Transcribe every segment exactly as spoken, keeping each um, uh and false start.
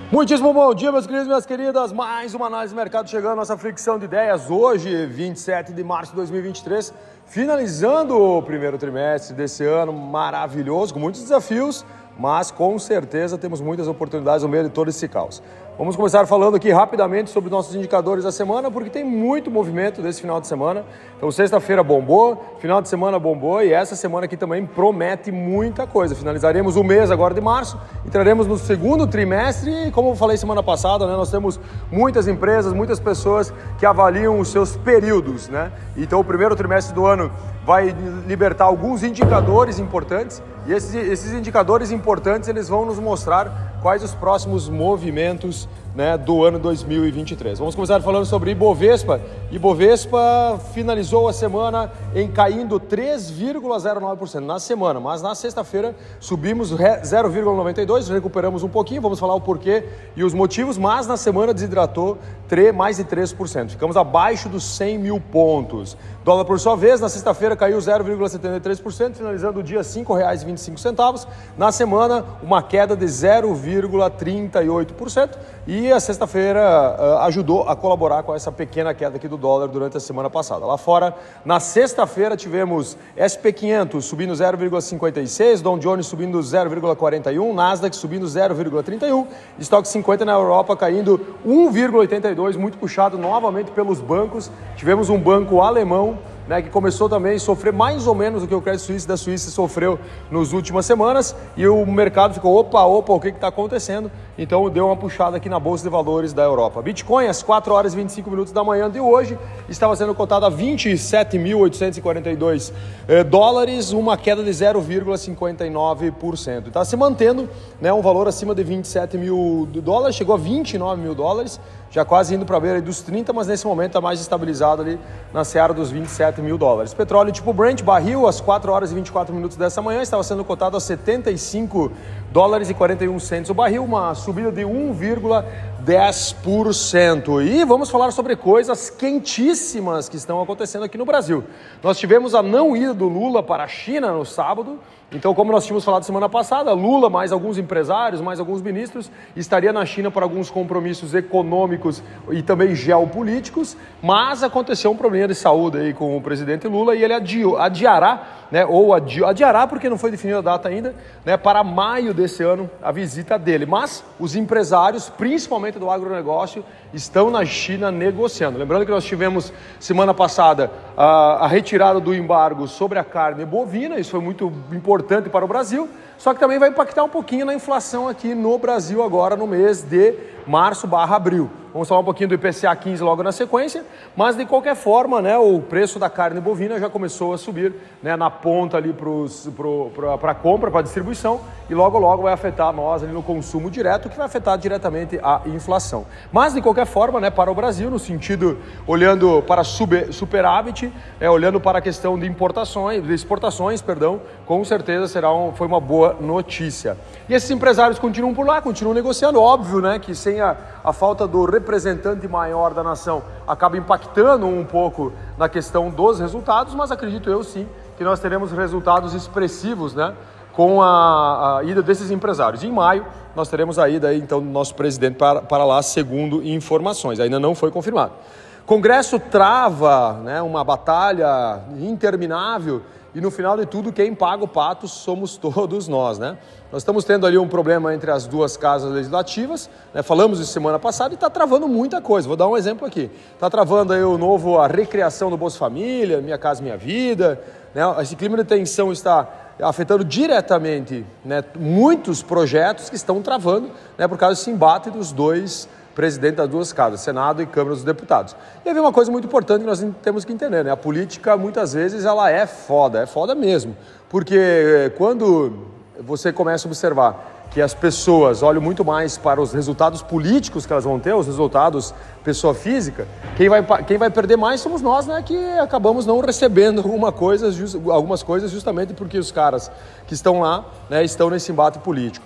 Muitíssimo bom dia, meus queridos e minhas queridas. Mais uma análise do mercado chegando, nossa fricção de ideias. Hoje, vinte e sete de março de dois mil e vinte e três, finalizando o primeiro trimestre desse ano maravilhoso, com muitos desafios, mas com certeza temos muitas oportunidades no meio de todo esse caos. Vamos começar falando aqui rapidamente sobre nossos indicadores da semana, porque tem muito movimento desse final de semana. Então, sexta-feira bombou, final de semana bombou e essa semana aqui também promete muita coisa. Finalizaremos o mês agora de março, entraremos no segundo trimestre e, como eu falei semana passada, né, nós temos muitas empresas, muitas pessoas que avaliam os seus períodos, né? Então, o primeiro trimestre do ano vai libertar alguns indicadores importantes e esses, esses indicadores importantes eles vão nos mostrar quais os próximos movimentos, né, do ano dois mil e vinte e três. Vamos começar falando sobre Ibovespa. Ibovespa finalizou a semana em caindo três vírgula zero nove por cento na semana, mas na sexta-feira subimos zero vírgula noventa e dois por cento, recuperamos um pouquinho, vamos falar o porquê e os motivos, mas na semana desidratou mais de três por cento. Ficamos abaixo dos cem mil pontos. Dólar, por sua vez, na sexta-feira caiu zero vírgula setenta e três por cento, finalizando o dia cinco reais e vinte e cinco centavos. Na semana, uma queda de zero vírgula trinta e oito por cento e a sexta-feira uh, ajudou a colaborar com essa pequena queda aqui do dólar durante a semana passada. Lá fora, na sexta-feira, tivemos S P quinhentos subindo zero vírgula cinquenta e seis, Dow Jones subindo zero vírgula quarenta e um, Nasdaq subindo zero vírgula trinta e um, Stock cinquenta na Europa caindo um vírgula oitenta e dois, muito puxado novamente pelos bancos. Tivemos um banco alemão, né, que começou também a sofrer mais ou menos o que o Credit Suisse da Suíça sofreu nas últimas semanas e o mercado ficou, opa, opa, o que está acontecendo? Então deu uma puxada aqui na Bolsa de Valores da Europa. Bitcoin, às quatro horas e vinte e cinco minutos da manhã de hoje, estava sendo cotado a vinte e sete mil oitocentos e quarenta e dois eh, dólares, uma queda de zero vírgula cinquenta e nove por cento. Está se mantendo, né, um valor acima de vinte e sete mil dólares, chegou a vinte e nove mil dólares, já quase indo para a beira dos trinta, mas nesse momento está mais estabilizado ali na seara dos vinte e sete mil dólares. Petróleo tipo Brent, barril, às quatro horas e vinte e quatro minutos dessa manhã, estava sendo cotado a setenta e cinco dólares e quarenta e um centavos o barril, uma subida de um vírgula dez por cento. E vamos falar sobre coisas quentíssimas que estão acontecendo aqui no Brasil. Nós tivemos a não ida do Lula para a China no sábado. Então, como nós tínhamos falado semana passada, Lula, mais alguns empresários, mais alguns ministros, estaria na China para alguns compromissos econômicos e também geopolíticos, mas aconteceu um problema de saúde aí com o presidente Lula e ele adiou, adiará, né, ou adi, adiará porque não foi definida a data ainda, né, para maio desse ano a visita dele. Mas os empresários, principalmente do agronegócio, estão na China negociando. Lembrando que nós tivemos semana passada a, a retirada do embargo sobre a carne bovina, isso foi muito importante importante para o Brasil, só que também vai impactar um pouquinho na inflação aqui no Brasil agora no mês de março barra abril. Vamos falar um pouquinho do I P C A quinze logo na sequência, mas de qualquer forma, né, o preço da carne bovina já começou a subir, né, na ponta ali para a compra, para a distribuição, e logo logo vai afetar nós ali no consumo direto, que vai afetar diretamente a inflação. Mas de qualquer forma, né, para o Brasil, no sentido, olhando para super, superávit, é, olhando para a questão de importações, de exportações, perdão, com certeza será um, foi uma boa notícia. E esses empresários continuam por lá, continuam negociando, óbvio, né, que sem a, a falta do representante maior da nação acaba impactando um pouco na questão dos resultados, mas acredito eu sim que nós teremos resultados expressivos, né, com a, a ida desses empresários. Em maio nós teremos a ida aí, então, do nosso presidente para, para lá, segundo informações, ainda não foi confirmado. Congresso trava, né, uma batalha interminável e no final de tudo quem paga o pato somos todos nós, né? Nós estamos tendo ali um problema entre as duas casas legislativas, né? Falamos isso semana passada e está travando muita coisa. Vou dar um exemplo aqui. Está travando aí o novo, a recriação do Bolsa Família, Minha Casa Minha Vida, né? Esse clima de tensão está afetando diretamente, né, muitos projetos que estão travando, né, por causa desse embate dos dois presidentes das duas casas, Senado e Câmara dos Deputados. E aí uma coisa muito importante que nós temos que entender, né? A política, muitas vezes, ela é foda, é foda mesmo. Porque quando você começa a observar que as pessoas olham muito mais para os resultados políticos que elas vão ter, os resultados pessoa física, quem vai, quem vai perder mais somos nós, né, que acabamos não recebendo alguma coisa, algumas coisas justamente porque os caras que estão lá, né, estão nesse embate político.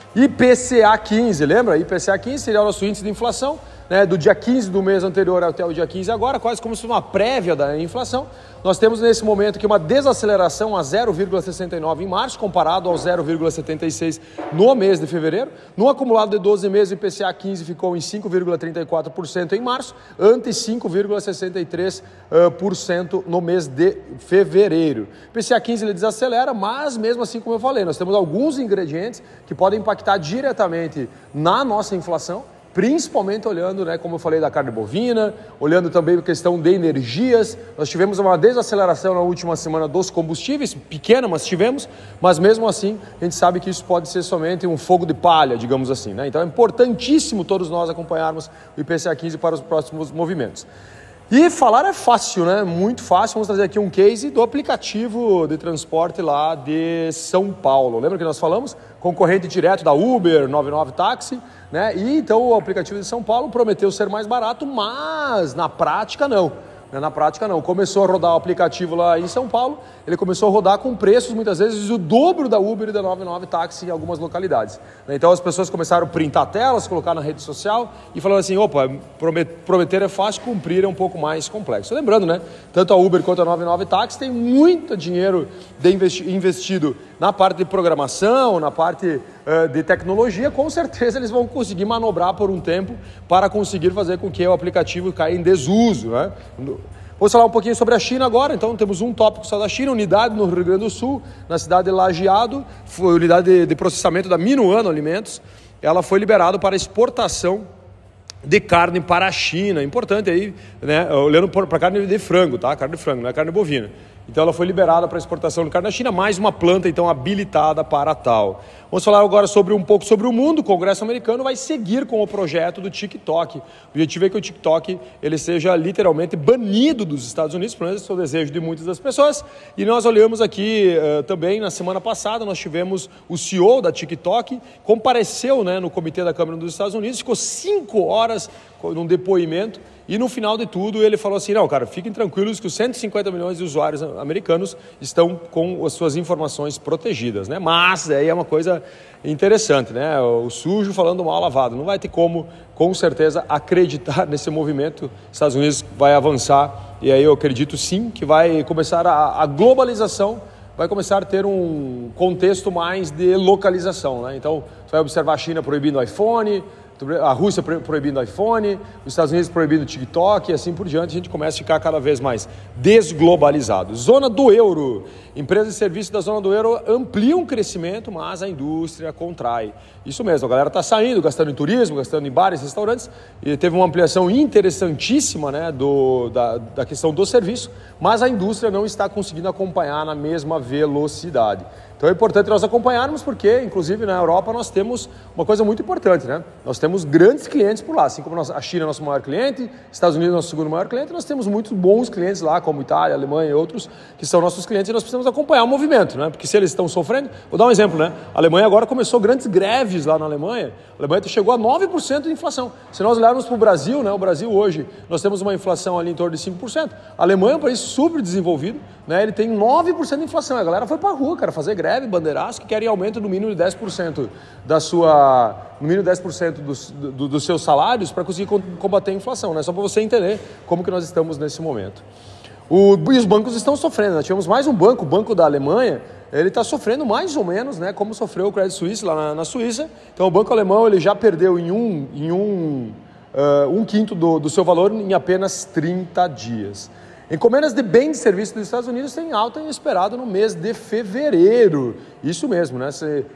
I P C A quinze, lembra? I P C A quinze seria o nosso índice de inflação, né, do dia quinze do mês anterior até o dia quinze agora, quase como se fosse uma prévia da inflação. Nós temos nesse momento aqui uma desaceleração a zero vírgula sessenta e nove em março, comparado ao zero vírgula setenta e seis no mês de fevereiro. No acumulado de doze meses, o I P C A quinze ficou em cinco vírgula trinta e quatro por cento em março, ante cinco vírgula sessenta e três por cento no mês de fevereiro. O I P C A quinze ele desacelera, mas mesmo assim, como eu falei, nós temos alguns ingredientes que podem impactar diretamente na nossa inflação, principalmente olhando, né, como eu falei, da carne bovina, olhando também a questão de energias. Nós tivemos uma desaceleração na última semana dos combustíveis, pequena, mas tivemos, mas mesmo assim a gente sabe que isso pode ser somente um fogo de palha, digamos assim, né? Então é importantíssimo todos nós acompanharmos o I P C A quinze para os próximos movimentos. E falar é fácil, né? Muito fácil. Vamos trazer aqui um case do aplicativo de transporte lá de São Paulo. Lembra que nós falamos? Concorrente direto da Uber, noventa e nove Táxi, né? E então o aplicativo de São Paulo prometeu ser mais barato, mas na prática não. Na prática não. Começou a rodar o aplicativo lá em São Paulo, ele começou a rodar com preços muitas vezes o dobro da Uber e da noventa e nove Táxi em algumas localidades. Então as pessoas começaram a printar telas, colocar na rede social e falaram assim, opa, prometer é fácil, cumprir é um pouco mais complexo. Lembrando, né, tanto a Uber quanto a noventa e nove Táxi tem muito dinheiro de investi- investido na parte de programação, na parte uh, de tecnologia. Com certeza eles vão conseguir manobrar por um tempo para conseguir fazer com que o aplicativo caia em desuso, né? Vamos falar um pouquinho sobre a China agora. Então temos um tópico só da China, unidade no Rio Grande do Sul, na cidade de Lajeado, foi unidade de, de processamento da Minuano Alimentos, ela foi liberada para exportação de carne para a China. Importante aí, né, olhando para carne de frango, tá? Carne de frango, não é carne bovina. Então ela foi liberada para exportação de carne da China, mais uma planta então habilitada para tal. Vamos falar agora sobre um pouco sobre o mundo. O Congresso americano vai seguir com o projeto do TikTok. O objetivo é que o TikTok ele seja literalmente banido dos Estados Unidos, pelo menos esse é o desejo de muitas das pessoas. E nós olhamos aqui uh, também, na semana passada, nós tivemos o C E O da TikTok, compareceu, né, no Comitê da Câmara dos Estados Unidos, ficou cinco horas num depoimento. E no final de tudo ele falou assim, não, cara, fiquem tranquilos que os cento e cinquenta milhões de usuários americanos estão com as suas informações protegidas, né? Mas aí é uma coisa interessante, né? O sujo falando mal lavado. Não vai ter como, com certeza, acreditar nesse movimento. Os Estados Unidos vai avançar e aí eu acredito sim que vai começar a, a globalização, vai começar a ter um contexto mais de localização, né? Então, você vai observar a China proibindo o iPhone, a Rússia proibindo o iPhone, os Estados Unidos proibindo o TikTok e assim por diante, a gente começa a ficar cada vez mais desglobalizado. Zona do euro. Empresas de serviços da zona do euro ampliam o crescimento, mas a indústria contrai. Isso mesmo, a galera está saindo, gastando em turismo, gastando em bares, restaurantes, e teve uma ampliação interessantíssima, né, do, da, da questão do serviço, mas a indústria não está conseguindo acompanhar na mesma velocidade. Então é importante nós acompanharmos porque, inclusive, na Europa nós temos uma coisa muito importante, né? Nós temos grandes clientes por lá, assim como a China é nosso maior cliente, Estados Unidos é nosso segundo maior cliente, nós temos muitos bons clientes lá, como Itália, Alemanha e outros, que são nossos clientes e nós precisamos acompanhar o movimento, né? Porque se eles estão sofrendo, vou dar um exemplo, né? A Alemanha agora começou grandes greves lá na Alemanha, a Alemanha chegou a nove por cento de inflação. Se nós olharmos para o Brasil, né? O Brasil hoje, nós temos uma inflação ali em torno de cinco por cento. A Alemanha é um país super desenvolvido, né? Ele tem nove por cento de inflação. A galera foi para a rua, cara, fazer greve, bandeiraço, que querem aumento no mínimo de dez por cento da sua, no mínimo dez por cento dos, do, dos seus salários para conseguir combater a inflação, né? Só para você entender como que nós estamos nesse momento. O, e os bancos estão sofrendo, nós tivemos mais um banco, o Banco da Alemanha, ele está sofrendo mais ou menos, né, como sofreu o Credit Suisse lá na, na Suíça. Então o banco alemão ele já perdeu em um, em um, uh, um quinto do, do seu valor em apenas trinta dias. Encomendas de bens e serviços dos Estados Unidos têm alta inesperada no mês de fevereiro. Isso mesmo, né?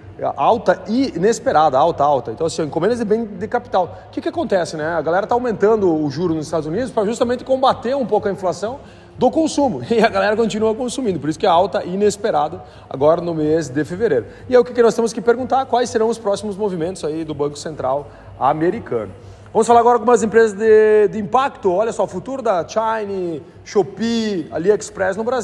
Alta inesperada, alta, alta. Então, assim, encomendas de bem de capital. O que que acontece, né? A galera está aumentando o juro nos Estados Unidos para justamente combater um pouco a inflação do consumo. E a galera continua consumindo. Por isso que é alta inesperada agora no mês de fevereiro. E é o que nós temos que perguntar, quais serão os próximos movimentos aí do Banco Central americano. Vamos falar agora com algumas empresas de, de impacto. Olha só, o futuro da China, Shopee, AliExpress no Brasil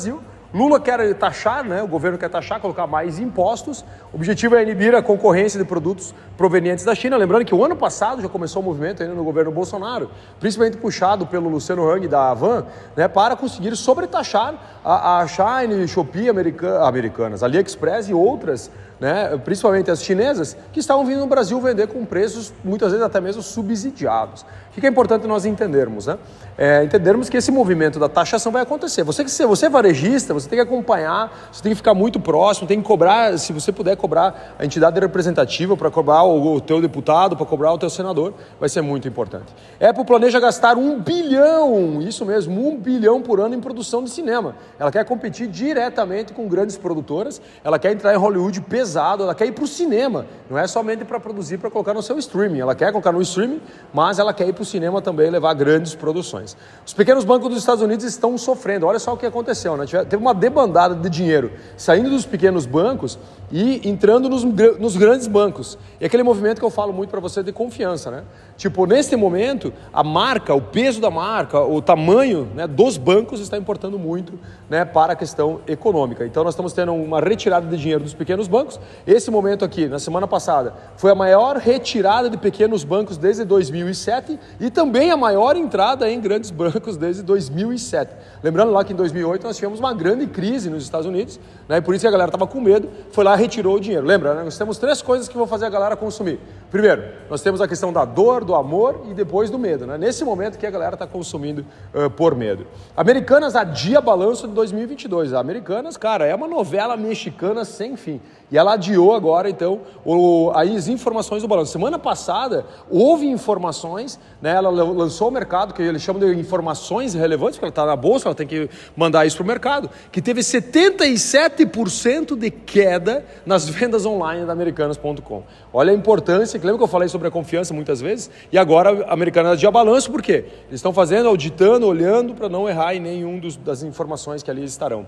Lula quer taxar, né? O governo quer taxar, colocar mais impostos. O objetivo é inibir a concorrência de produtos provenientes da China. Lembrando que o ano passado já começou o movimento ainda no governo Bolsonaro, principalmente puxado pelo Luciano Hang da Avan, né? Para conseguir sobretaxar a, a Shine, Shopee, America, Americanas, AliExpress e outras, né, principalmente as chinesas, que estavam vindo no Brasil vender com preços, muitas vezes até mesmo subsidiados. O que é importante nós entendermos? Né? É, entendermos que esse movimento da taxação vai acontecer. Você que você é varejista, você tem que acompanhar, você tem que ficar muito próximo, tem que cobrar, se você puder cobrar a entidade representativa para cobrar o, o teu deputado, para cobrar o teu senador, vai ser muito importante. Apple planeja gastar um bilhão, isso mesmo, um bilhão por ano em produção de cinema. Ela quer competir diretamente com grandes produtoras, ela quer entrar em Hollywood pesado, ela quer ir para o cinema, não é somente para produzir, para colocar no seu streaming, ela quer colocar no streaming, mas ela quer ir para o cinema também e levar grandes produções. Os pequenos bancos dos Estados Unidos estão sofrendo, olha só o que aconteceu, né? Teve uma debandada de dinheiro saindo dos pequenos bancos e entrando nos, nos grandes bancos. E aquele movimento que eu falo muito para você de confiança, né? Tipo, nesse momento, a marca, o peso da marca, o tamanho, né, dos bancos está importando muito, né, para a questão econômica. Então, nós estamos tendo uma retirada de dinheiro dos pequenos bancos. Esse momento aqui, na semana passada, foi a maior retirada de pequenos bancos desde dois mil e sete e também a maior entrada em grandes bancos desde dois mil e sete. Lembrando lá que em dois mil e oito nós tivemos uma grande crise nos Estados Unidos, né, e por isso que a galera estava com medo, foi lá e retirou o dinheiro. Lembra, né? Nós temos três coisas que vão fazer a galera consumir. Primeiro, nós temos a questão da dor, do amor e depois do medo, né? Nesse momento que a galera está consumindo uh, por medo. Americanas adia balanço de dois mil e vinte e dois. A Americanas, cara, é uma novela mexicana sem fim. E ela adiou agora, então, o, aí as informações do balanço. Semana passada, houve informações, né? Ela lançou ao mercado, que eles chamam de informações relevantes, porque ela está na bolsa, ela tem que mandar isso para o mercado, que teve setenta e sete por cento de queda nas vendas online da Americanas ponto com. Olha a importância, que lembra que eu falei sobre a confiança muitas vezes? E agora a Americanas adia balanço, por quê? Eles estão fazendo, auditando, olhando para não errar em nenhum dos, das informações que ali estarão.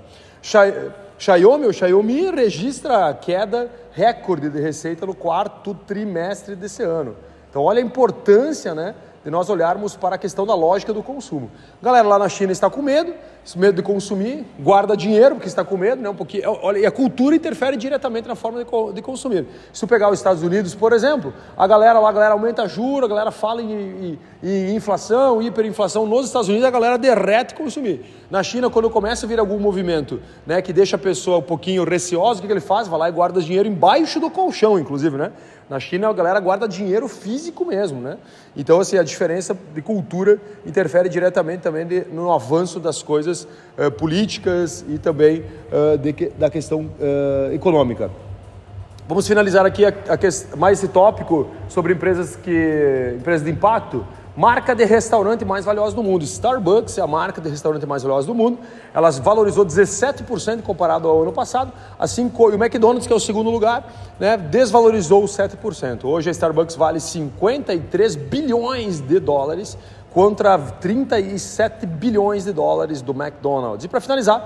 Xiaomi, o Xiaomi registra queda recorde de receita no quarto trimestre desse ano. Então, olha a importância, né, de nós olharmos para a questão da lógica do consumo. Galera lá na China está com medo, medo de consumir, guarda dinheiro porque está com medo, né, um pouquinho. Olha, e a cultura interfere diretamente na forma de, de consumir. Se tu pegar os Estados Unidos, por exemplo, a galera lá, a galera aumenta juros, a galera fala em, em, em inflação, hiperinflação. Nos Estados Unidos a galera derrete consumir. Na China, quando começa a vir algum movimento, né, que deixa a pessoa um pouquinho receosa, o que, que ele faz? Vai lá e guarda dinheiro embaixo do colchão, inclusive, né? Na China a galera guarda dinheiro físico mesmo, né? Então, assim, a diferença de cultura interfere diretamente também de, no avanço das coisas uh, políticas e também uh, de, da questão uh, econômica. Vamos finalizar aqui a, a, mais esse tópico sobre empresas, que, empresas de impacto. Marca de restaurante mais valiosa do mundo. Starbucks é a marca de restaurante mais valiosa do mundo. Ela valorizou dezessete por cento comparado ao ano passado. Assim, e o McDonald's, que é o segundo lugar, né, desvalorizou sete por cento. Hoje a Starbucks vale cinquenta e três bilhões de dólares contra trinta e sete bilhões de dólares do McDonald's. E para finalizar,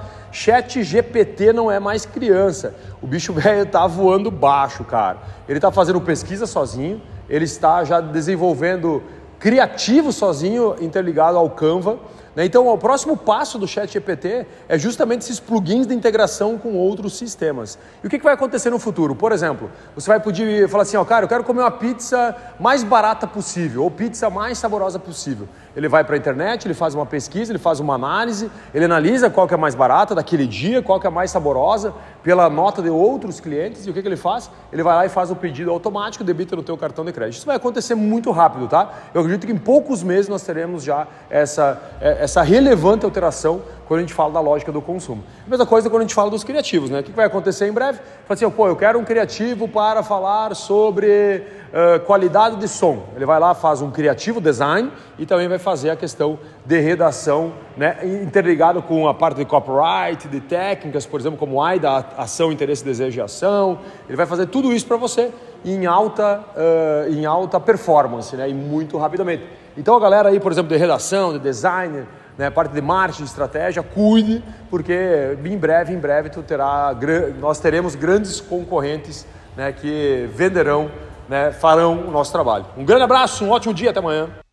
ChatGPT não é mais criança. O bicho velho está voando baixo, cara. Ele está fazendo pesquisa sozinho, ele está já desenvolvendo criativo sozinho, interligado ao Canva. Então, o próximo passo do ChatGPT é justamente esses plugins de integração com outros sistemas. E o que vai acontecer no futuro? Por exemplo, você vai poder falar assim, ó, cara, eu quero comer uma pizza mais barata possível, ou pizza mais saborosa possível. Ele vai para a internet, ele faz uma pesquisa, ele faz uma análise, ele analisa qual que é mais barata daquele dia, qual que é mais saborosa, pela nota de outros clientes, e o que, que ele faz? Ele vai lá e faz o pedido automático, debita no teu cartão de crédito. Isso vai acontecer muito rápido, tá? Eu acredito que em poucos meses nós teremos já essa, essa relevante alteração quando a gente fala da lógica do consumo. A mesma coisa quando a gente fala dos criativos, né? O que vai acontecer em breve? Fala assim, pô, eu quero um criativo para falar sobre uh, qualidade de som. Ele vai lá, faz um criativo design e também vai fazer a questão de redação, né? Interligado com a parte de copyright, de técnicas, por exemplo, como A I D A, ação, interesse, desejo e ação. Ele vai fazer tudo isso para você em alta, uh, em alta performance, né? E muito rapidamente. Então a galera aí, por exemplo, de redação, de design, né, parte de marketing, de estratégia, cuide, porque em breve, em breve tu terá, nós teremos grandes concorrentes, né, que venderão, né, farão o nosso trabalho. Um grande abraço, um ótimo dia, até amanhã.